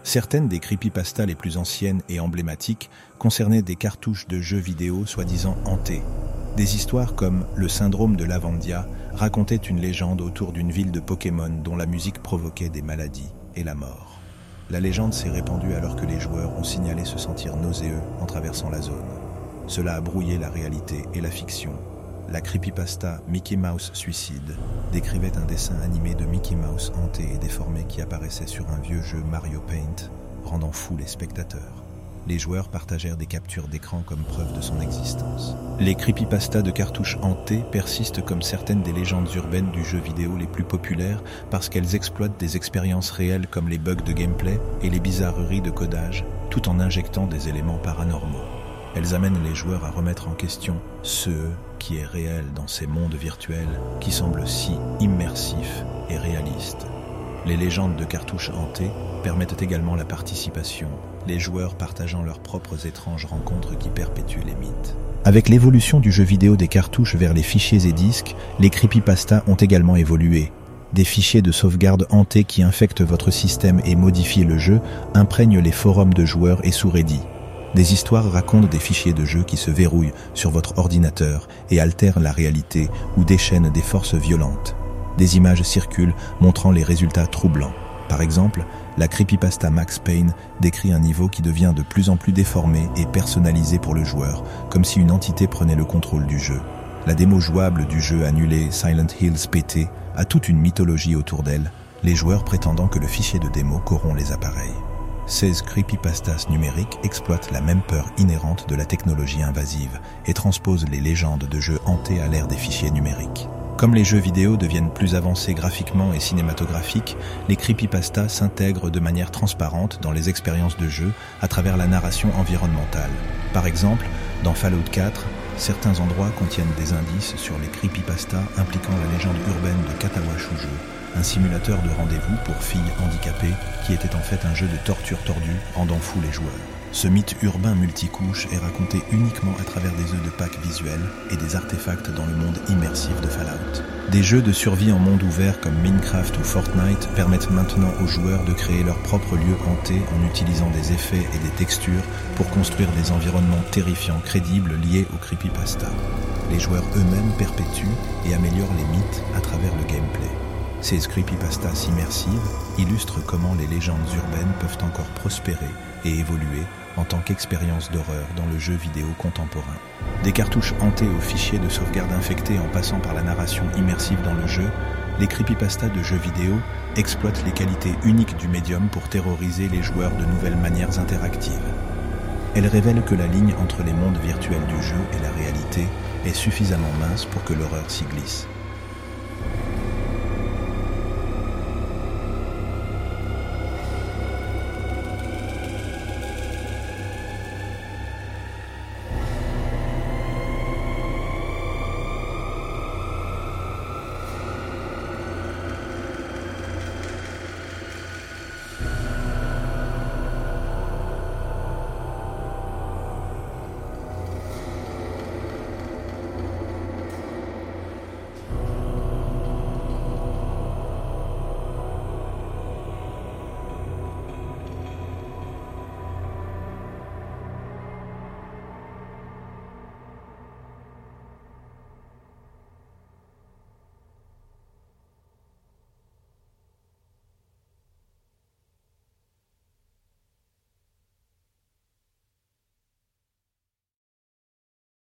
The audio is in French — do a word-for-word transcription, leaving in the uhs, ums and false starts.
Certaines des creepypastas les plus anciennes et emblématiques concernaient des cartouches de jeux vidéo soi-disant hantés. Des histoires comme le syndrome de Lavandia racontaient une légende autour d'une ville de Pokémon dont la musique provoquait des maladies et la mort. La légende s'est répandue alors que les joueurs ont signalé se sentir nauséeux en traversant la zone. Cela a brouillé la réalité et la fiction. La creepypasta Mickey Mouse Suicide décrivait un dessin animé de Mickey Mouse hanté et déformé qui apparaissait sur un vieux jeu Mario Paint, rendant fous les spectateurs. Les joueurs partagèrent des captures d'écran comme preuve de son existence. Les creepypastas de cartouches hantées persistent comme certaines des légendes urbaines du jeu vidéo les plus populaires parce qu'elles exploitent des expériences réelles comme les bugs de gameplay et les bizarreries de codage, tout en injectant des éléments paranormaux. Elles amènent les joueurs à remettre en question ce qui est réel dans ces mondes virtuels qui semblent si immersifs et réalistes. Les légendes de cartouches hantées permettent également la participation, les joueurs partageant leurs propres étranges rencontres qui perpétuent les mythes. Avec l'évolution du jeu vidéo des cartouches vers les fichiers et disques, les creepypastas ont également évolué. Des fichiers de sauvegarde hantés qui infectent votre système et modifient le jeu imprègnent les forums de joueurs et sous-reddits. Des histoires racontent des fichiers de jeu qui se verrouillent sur votre ordinateur et altèrent la réalité ou déchaînent des forces violentes. Des images circulent montrant les résultats troublants. Par exemple, la creepypasta Max Payne décrit un niveau qui devient de plus en plus déformé et personnalisé pour le joueur, comme si une entité prenait le contrôle du jeu. La démo jouable du jeu annulé Silent Hills P T a toute une mythologie autour d'elle, les joueurs prétendant que le fichier de démo corrompt les appareils. Ces creepypastas numériques exploitent la même peur inhérente de la technologie invasive et transposent les légendes de jeux hantés à l'ère des fichiers numériques. Comme les jeux vidéo deviennent plus avancés graphiquement et cinématographiques, les creepypastas s'intègrent de manière transparente dans les expériences de jeu à travers la narration environnementale. Par exemple, dans Fallout quatre, certains endroits contiennent des indices sur les creepypastas impliquant la légende urbaine de Katawa Shoujo, un simulateur de rendez-vous pour filles handicapées qui était en fait un jeu de torture tordue rendant fous les joueurs. Ce mythe urbain multicouche est raconté uniquement à travers des œufs de Pâques visuels et des artefacts dans le monde immersif de Fallout. Des jeux de survie en monde ouvert comme Minecraft ou Fortnite permettent maintenant aux joueurs de créer leur propre lieu hanté en utilisant des effets et des textures pour construire des environnements terrifiants crédibles liés au creepypasta. Les joueurs eux-mêmes perpétuent et améliorent les mythes à travers le gameplay. Ces creepypastas immersives illustrent comment les légendes urbaines peuvent encore prospérer et évoluer en tant qu'expérience d'horreur dans le jeu vidéo contemporain. Des cartouches hantées aux fichiers de sauvegarde infectés en passant par la narration immersive dans le jeu, les creepypastas de jeux vidéo exploitent les qualités uniques du médium pour terroriser les joueurs de nouvelles manières interactives. Elles révèlent que la ligne entre les mondes virtuels du jeu et la réalité est suffisamment mince pour que l'horreur s'y glisse.